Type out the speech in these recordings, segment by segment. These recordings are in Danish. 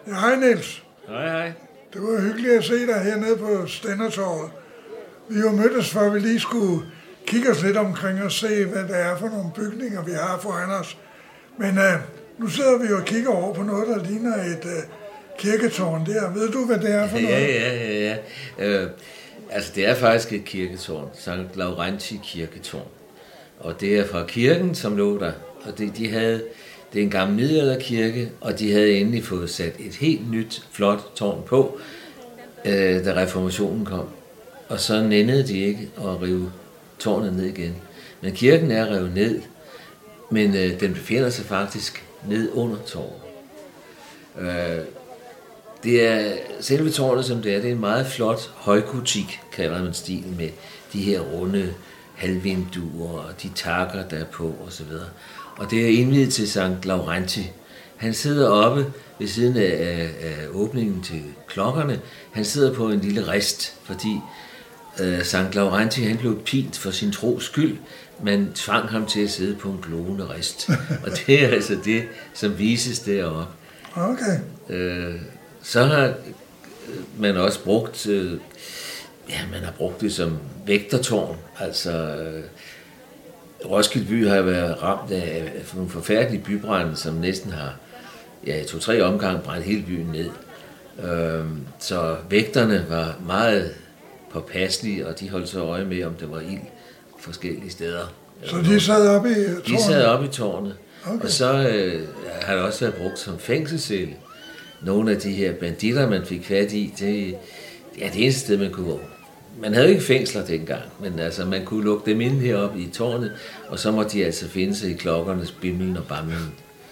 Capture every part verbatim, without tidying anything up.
Ja, hej Niels. Hej, hej. Det var hyggeligt at se dig hernede på Stændertorvet. Vi har mødtes for, at vi lige skulle kigge os lidt omkring og se, hvad det er for nogle bygninger, vi har foran os. Men uh, nu sidder vi og kigger over på noget, der ligner et uh, kirketårn der. Ved du, hvad det er for noget? Ja, ja, ja. ja. Øh, altså, det er faktisk et kirketårn. Sankt Laurentii kirketårn. Og det er fra kirken, som lå der. Og det, de havde, det er en gammel middelalderkirke, og de havde endelig fået sat et helt nyt, flot tårn på, øh, da reformationen kom. Og så nændede de ikke at rive tårnet ned igen. Men kirken er revet ned, men øh, den befinder sig faktisk ned under tårnet. Øh, det er selve tårnet, som det er, det er en meget flot højgotik, kalder man stilen, med de her runde halvvinduer og de takker, der er på osv. Og det er indviet til Sankt Laurentii. Han sidder oppe ved siden af, af, af åbningen til klokkerne. Han sidder på en lille rist, fordi øh, Sankt Laurentii han blev pint for sin tros skyld. Man tvang ham til at sidde på en glående rist. Og det er altså det, som vises deroppe. Okay. Øh, så har man også brugt, øh, ja, man har brugt det som vægtertårn. Altså, øh, Roskilde by har været ramt af nogle forfærdelige bybrande, som næsten har, ja, i to-tre omgang brændt hele byen ned. Øh, så vægterne var meget påpasselige, og de holdt så øje med, om der var ild forskellige steder. Så de sad oppe i tårnet? De sad oppe i tårnet. Okay. Og så øh, har det også været brugt som fængselscelle. Nogle af de her banditter, man fik fat i, det, ja, det eneste sted, man kunne gå. Man havde jo ikke fængsler dengang, men altså, man kunne lukke dem ind heroppe i tårnet, og så måtte de altså finde sig i klokkernes bimlen og bamlen.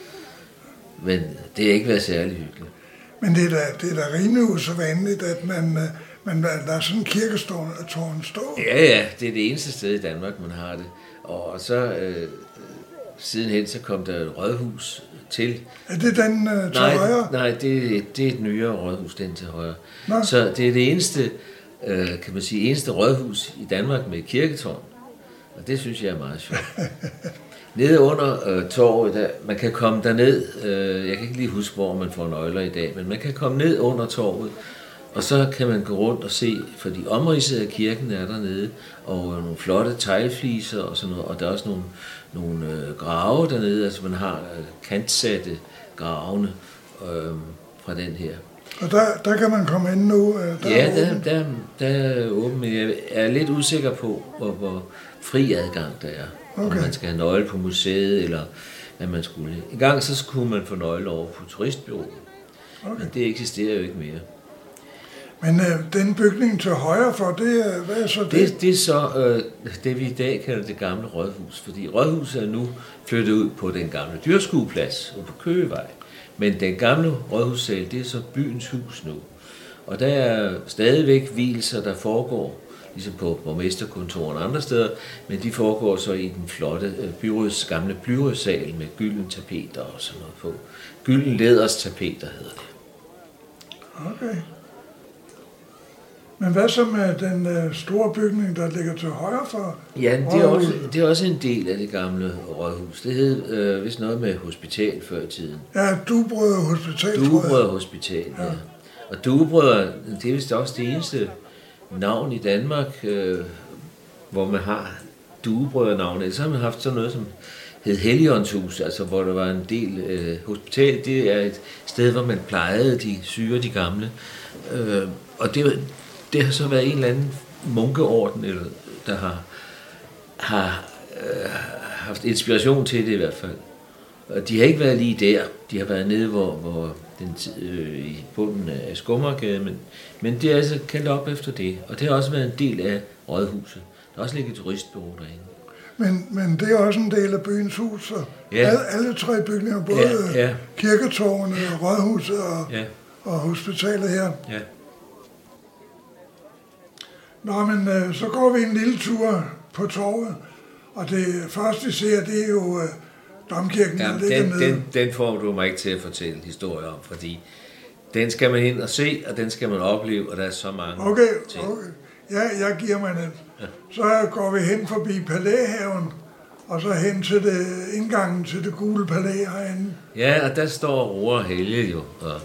Men det har ikke været særlig hyggeligt. Men det er da, det er da rimelig usædvanligt, at man, man lader sådan en kirketårn stå. Ja, ja, det er det eneste sted i Danmark, man har det. Og så øh, sidenhen, så kom der et rådhus til. Er det den øh, til nej, højre? Nej, det, det er et nyere rådhus, den til højre. Nå. Så det er det eneste, øh, kan man sige, eneste rådhus i Danmark med kirketårn. Og det synes jeg er meget sjovt. Nede under øh, torvet, der, man kan komme derned, øh, jeg kan ikke lige huske, hvor man får nøgler i dag, men man kan komme ned under torvet, og så kan man gå rundt og se, fordi omridset af kirken er dernede, og øh, nogle flotte teglfliser og sådan noget, og der er også nogle, nogle øh, grave dernede, altså man har øh, kantsatte gravene øh, fra den her. Og der, der kan man komme ind nu? Øh, der ja, der, der, der er åben, men jeg er lidt usikker på, hvor, hvor fri adgang der er. Okay. Om man skal have nøgle på museet, eller hvad man skulle. En gang så skulle man få nøgle over på turistbureauet, okay. Men det eksisterer jo ikke mere. Men øh, den bygning til højre for, det er, hvad er så det? Det, det er så øh, det, vi i dag kalder det gamle rådhus, fordi rådhuset er nu flyttet ud på den gamle dyrskueplads ude på Køgevej. Men den gamle rådhussal, det er så byens hus nu. Og der er stadigvæk vielser, der foregår, ligesom på borgmesterkontoren og andre steder, men de foregår så i den flotte byråds, gamle byrådssal med gylden tapeter og sådan noget på. Gylden læders tapeter hedder det. Okay. Men hvad så med den øh, store bygning, der ligger til højre for? Ja, det er, også, det er også en del af det gamle rådhus. Det hed øh, vist noget med hospital før i tiden. Ja, Duebrødre Hospital. Duebrødre Hospital, ja. ja. Og Duebrødre, det er vist også det eneste navn i Danmark, øh, hvor man har Duebrødre-navne. Så har man haft sådan noget, som hed Helligåndshus, altså hvor der var en del øh, hospital. Det er et sted, hvor man plejede de syge, de gamle. Øh, og det, det har så været en eller anden munkeorden, eller, der har, har øh, haft inspiration til det i hvert fald. Og de har ikke været lige der. De har været nede, hvor, hvor den, øh, i bunden af Skummergade, men, men det er altså kaldt op efter det. Og det har også været en del af rådhuset. Der er også ligget et turistbureau derinde. Men, men det er også en del af byens hus. Og ja. alle, alle tre bygninger, både ja, ja. kirketårnet, rådhuset og, ja. og hospitalet her. Ja. Nå, men øh, så går vi en lille tur på torvet, og det første vi ser, det er jo øh, domkirken, ja, der ligger den, nede. Den, den får du mig ikke til at fortælle historier om, fordi den skal man ind og se, og den skal man opleve, og der er så mange okay, ting. Okay, ja, jeg giver mig den. Ja. Så går vi hen forbi Palæhaven, og så hen til det, indgangen til det gule palæ herinde. Ja, og der står Roar Helge jo, og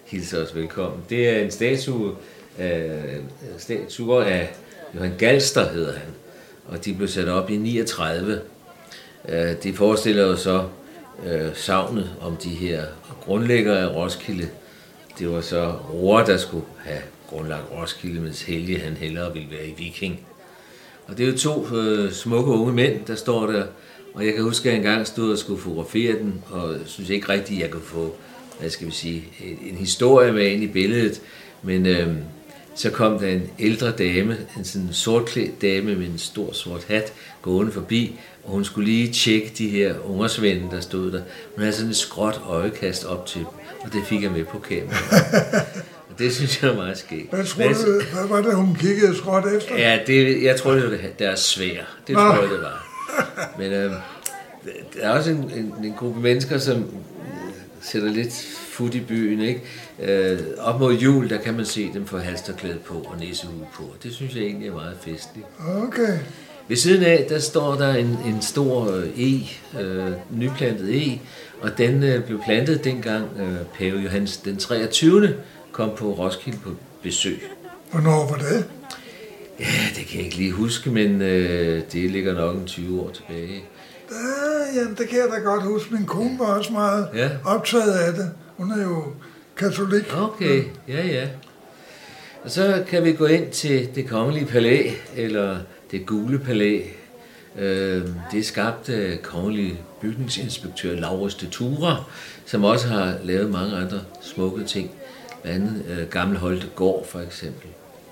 hilser os velkommen. Det er en statue, øh, statue af Johan Galster, hedder han, og de blev sat op i niogtredive. Øh, de forestiller jo så øh, savnet om de her grundlæggere af Roskilde. Det var så Roar, der skulle have grundlagt Roskilde, mens Helge han hellere ville være i Viking. Og det er jo to øh, smukke unge mænd, der står der, og jeg kan huske, at jeg engang stod og skulle fotografere den, og synes ikke rigtigt, at jeg kunne få, hvad skal vi sige, en, en historie med ind i billedet, men øh, så kom der en ældre dame, en sådan sortklædt dame med en stor sort hat, gående forbi, og hun skulle lige tjekke de her ungersvende, der stod der. Hun havde sådan et skråt øjekast op til dem, og det fik jeg med på kameraet. Det synes jeg er meget skægt. Hvad, tror du, hvad var det, hun kiggede skråt efter? Ja, det, jeg tror, det var deres svær. Det Nå. tror jeg, det var. Men øh, der er også en, en, en gruppe mennesker, som sætter lidt fut i byen, ikke? Øh, op mod jul, der kan man se dem få halsterklæde på og nissehue på. Det synes jeg egentlig er meget festligt. Okay. Ved siden af, der står der en, en stor e, øh, nyplantet e, og den øh, blev plantet dengang øh, Pave Johannes den treogtyvende kom på Roskilde på besøg. Hvornår var det? Ja, det kan jeg ikke lige huske, men øh, det ligger nok en tyve år tilbage. Ja, jamen, det kan jeg da godt huske. Min kone var også meget ja. optaget af det. Hun er jo katolik. Okay, ja, ja. Og så kan vi gå ind til det kongelige palæ, eller det gule palæ. Øh, det er skabt af kongelig bygningsinspektør Laurits de Thurah, som også har lavet mange andre smukke ting. Blandt andet øh, Gammel Holte Gård for eksempel.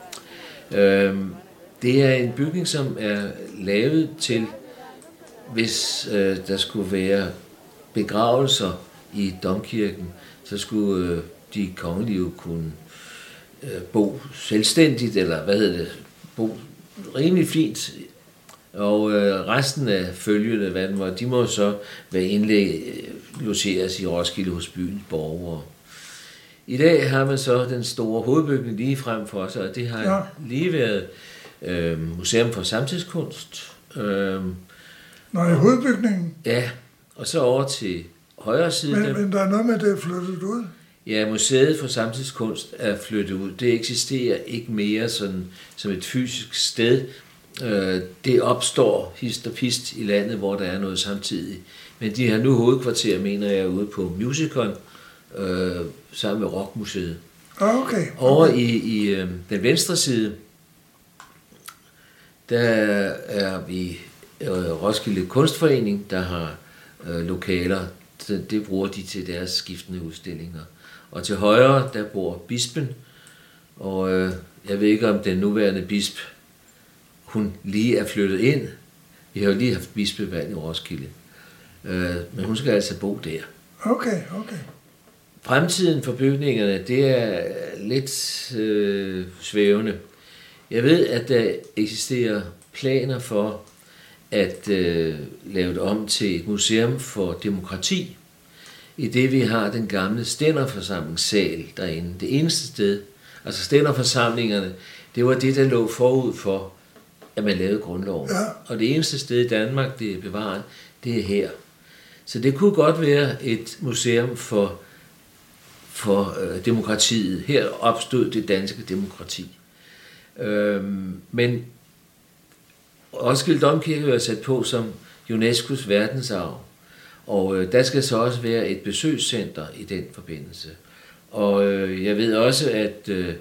Øh, det er en bygning, som er lavet til, hvis øh, der skulle være begravelser i domkirken, så skulle øh, de kongelige jo kunne øh, bo selvstændigt, eller hvad hedder det, bo rimelig fint. Og øh, resten af følgende, hvad den var, de må så være indlæg, logeres i Roskilde hos byens borgere. I dag har man så den store hovedbygning lige frem for sig, og det har ja. lige været øh, Museum for Samtidskunst. Øh, Nå, i hovedbygningen? Ja, og så over til højre side. Men, der, men der er noget med, det er flyttet ud? Ja, Museet for Samtidskunst er flyttet ud. Det eksisterer ikke mere sådan, som et fysisk sted. Øh, det opstår hist og pist i landet, hvor der er noget samtidig. Men de har nu hovedkvarter, mener jeg, ude på Musicon, øh, sammen med Rockmuseet. Okay. okay. Over i, i øh, den venstre side, der er vi øh, Roskilde Kunstforening, der har øh, lokaler. Det, det bruger de til deres skiftende udstillinger. Og til højre, der bor bispen, og øh, jeg ved ikke, om den nuværende bisp, hun lige er flyttet ind. Vi har jo lige haft bispevalg i Roskilde. Øh, men hun skal altså bo der. Okay, okay. Fremtiden for bygningerne, det er lidt øh, svævende. Jeg ved, at der eksisterer planer for at øh, lave det om til et museum for demokrati, i det vi har den gamle stænderforsamlingssal derinde. Det eneste sted, altså stænderforsamlingerne, det var det, der lå forud for, at man lavede grundloven. Ja. Og det eneste sted i Danmark, det er bevaret, det er her. Så det kunne godt være et museum for, for øh, demokratiet. Her opstod det danske demokrati. Øhm, men Roskilde Domkirke er sat på som UNESCO's verdensarv. Og øh, der skal så også være et besøgscenter i den forbindelse. Og øh, jeg ved også, at, øh,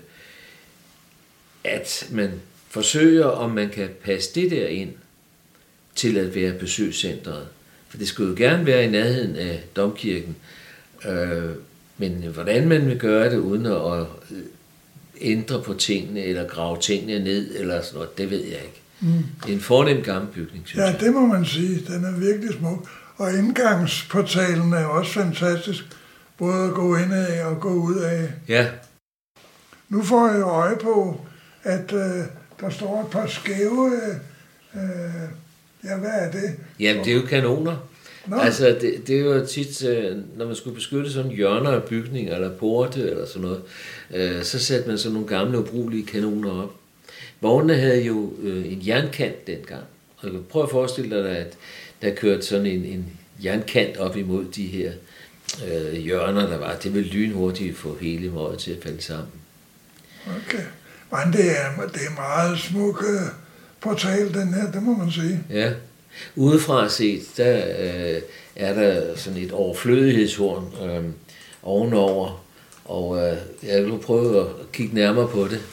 at man forsøger, om man kan passe det der ind til at være besøgscentret. For det skulle jo gerne være i nærheden af Domkirken. Øh, men hvordan man vil gøre det, uden at, at ændre på tingene, eller grave tingene ned, eller sådan noget, det ved jeg ikke. Mm. Det er en fornem gammel bygning, synes ja, jeg. Ja, det må man sige. Den er virkelig smuk. Og indgangsportalen er også fantastisk. Både at gå ind af og gå ud af. Ja. Nu får jeg øje på, at øh, der står et par skæve... Øh, ja, hvad er det? Jamen, det er jo kanoner. Nå. Altså, det, det er jo tit, når man skulle beskytte sådan hjørner af bygninger, eller porte, eller sådan noget, øh, så satte man sådan nogle gamle, ubrugelige kanoner op. Vognene havde jo øh, en jernkant dengang. Og prøv at forestille dig, at der kørte sådan en, en jernkant op imod de her øh, hjørner, der var. Det ville lynhurtigt få hele måden til at falde sammen. Okay. Men det er, det er meget smuk øh, portal, den her, det må man sige. Ja. Udefra set, der øh, er der sådan et overflødighedshorn øh, ovenover, og øh, jeg vil prøve at kigge nærmere på det.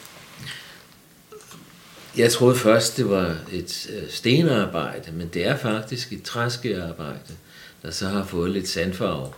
Jeg troede først, det var et øh, stenarbejde, men det er faktisk et træskærarbejde, der så har fået lidt sandfarve.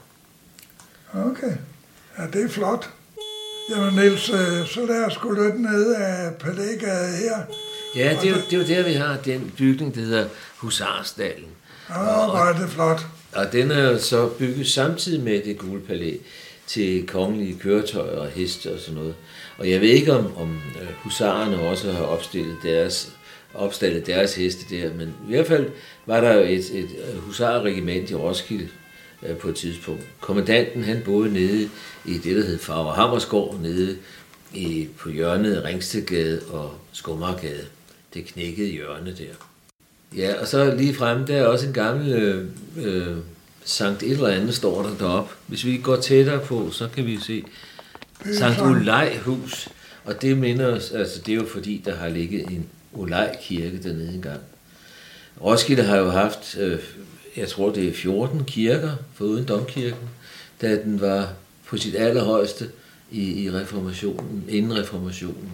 Okay. Ja, det er flot. Jamen Niels, øh, så lad os gå lidt ned af Palægade her. Ja, det er, jo, det er jo der, vi har den bygning, der hedder Husarsdalen. Ja, hvor er det flot. Og den er jo så bygget samtidig med det Gule Palæ til kongelige køretøjer og heste og sådan noget. Og jeg ved ikke, om, om husarerne også har opstillet deres, opstillet deres heste der, men i hvert fald var der jo et, et husarregiment i Roskilde øh, på et tidspunkt. Kommandanten, han boede nede i det, der hed Farver Hammersgård, nede i, på hjørnet af Ringstedgade og Skummergade. Det knækkede hjørne der. Ja, og så lige fremme, der er også en gammel øh, øh, Sankt et eller andet står der deroppe. Hvis vi går tættere på, så kan vi se Sankt Olaj-hus. Og det minder os, altså det er jo fordi, der har ligget en Olaj-kirke dernede engang. Roskilde har jo haft, øh, jeg tror det er fjorten kirker, foruden domkirken, da den var på sit allerhøjeste i, i reformationen, inden reformationen.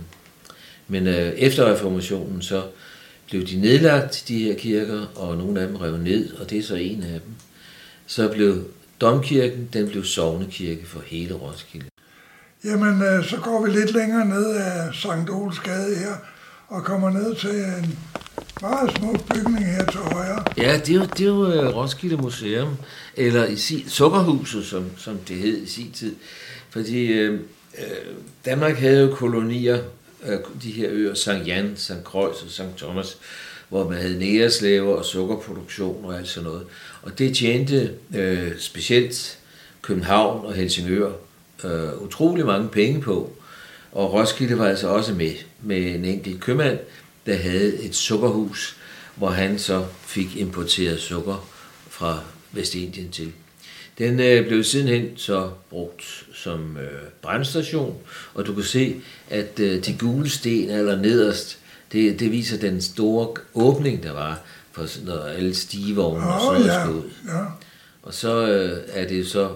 Men øh, efter reformationen, så blev de nedlagt, de her kirker, og nogle af dem rev ned, og det er så en af dem. Så blev domkirken, den blev sognekirke for hele Roskilde. Jamen, øh, så går vi lidt længere ned af Sankt Ols Gade her, og kommer ned til en meget smuk bygning her til højre. Ja, det er jo, det er jo Roskilde Museum, eller i si, Sukkerhuset, som, som det hed i sin tid. Fordi øh, Danmark havde jo kolonier, øh, de her øer, Sankt Jan, Sankt Croix og Sankt Thomas, hvor man havde næreslaver og sukkerproduktion og alt sådan noget. Og det tjente øh, specielt København og Helsingør øh, utrolig mange penge på. Og Roskilde var altså også med, med en enkelt købmand, der havde et sukkerhus, hvor han så fik importeret sukker fra Vestindien til. Den øh, blev sidenhen så brugt som øh, brandstation, og du kan se, at øh, de gule sten aller nederst, det, det viser den store åbning, der var, for når alle stigevogne og sådan noget ja, skulle ud. ja. Og så øh, er det så,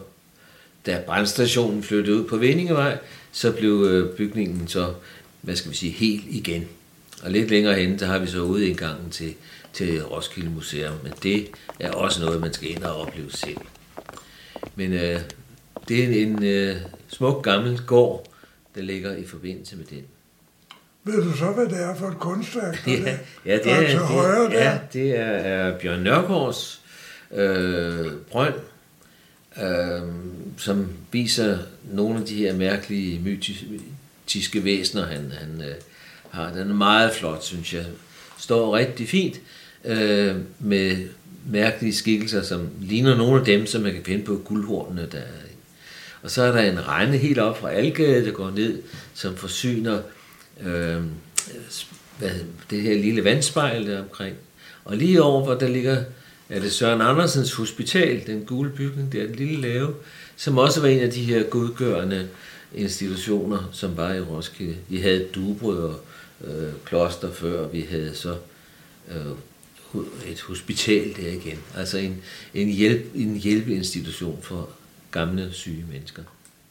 da brandstationen flyttede ud på Vindingevej, så blev øh, bygningen så, hvad skal vi sige, helt igen. Og lidt længere henne, der har vi så udindgangen til, til Roskilde Museum, men det er også noget, man skal ind og opleve selv. Men øh, det er en øh, smuk gammel gård, der ligger i forbindelse med den. Ved du så, hvad det er for et kunstværk, der, Ja, ja, det der er, er til højre det, der? ja, det er, er Bjørn Nørgaards øh, brønd, øh, som viser nogle af de her mærkelige mytiske væsener, han, han øh, har. Den er meget flot, synes jeg. Står rigtig fint øh, med mærkelige skikkelser, som ligner nogle af dem, som man kan finde på guldhornene. Der. Og så er der en rende helt op fra Algade, der går ned, som forsyner øh, hvad, det her lille vandspejl der omkring. Og lige over, hvor der ligger, er det Søren Andersens Hospital, den gule bygning, der er den lille lave, som også var en af de her godgørende institutioner, som var i Roskilde. Vi havde Duebrød og øh, kloster før, vi havde så øh, et hospital der igen. Altså en, en, hjælp, en hjælpeinstitution for gamle, syge mennesker.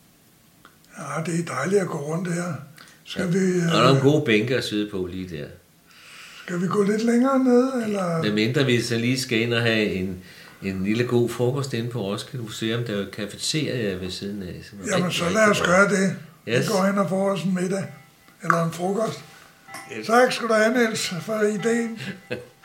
Ja, det er dejligt at gå rundt her. Skal ja. vi, øh, og der er nogle gode bænke at sidde på lige der. Skal vi gå lidt længere ned? Eller? Med mindre vi så lige skal ind og have en, en lille god frokost inde på Roskilde Museum, der er jo cafeteria ved siden af. Jamen rigtig, så lad os gøre det. Yes. Vi går hen og får os en middag. Eller en frokost. Yes. Tak skal du have, Niels, for ideen.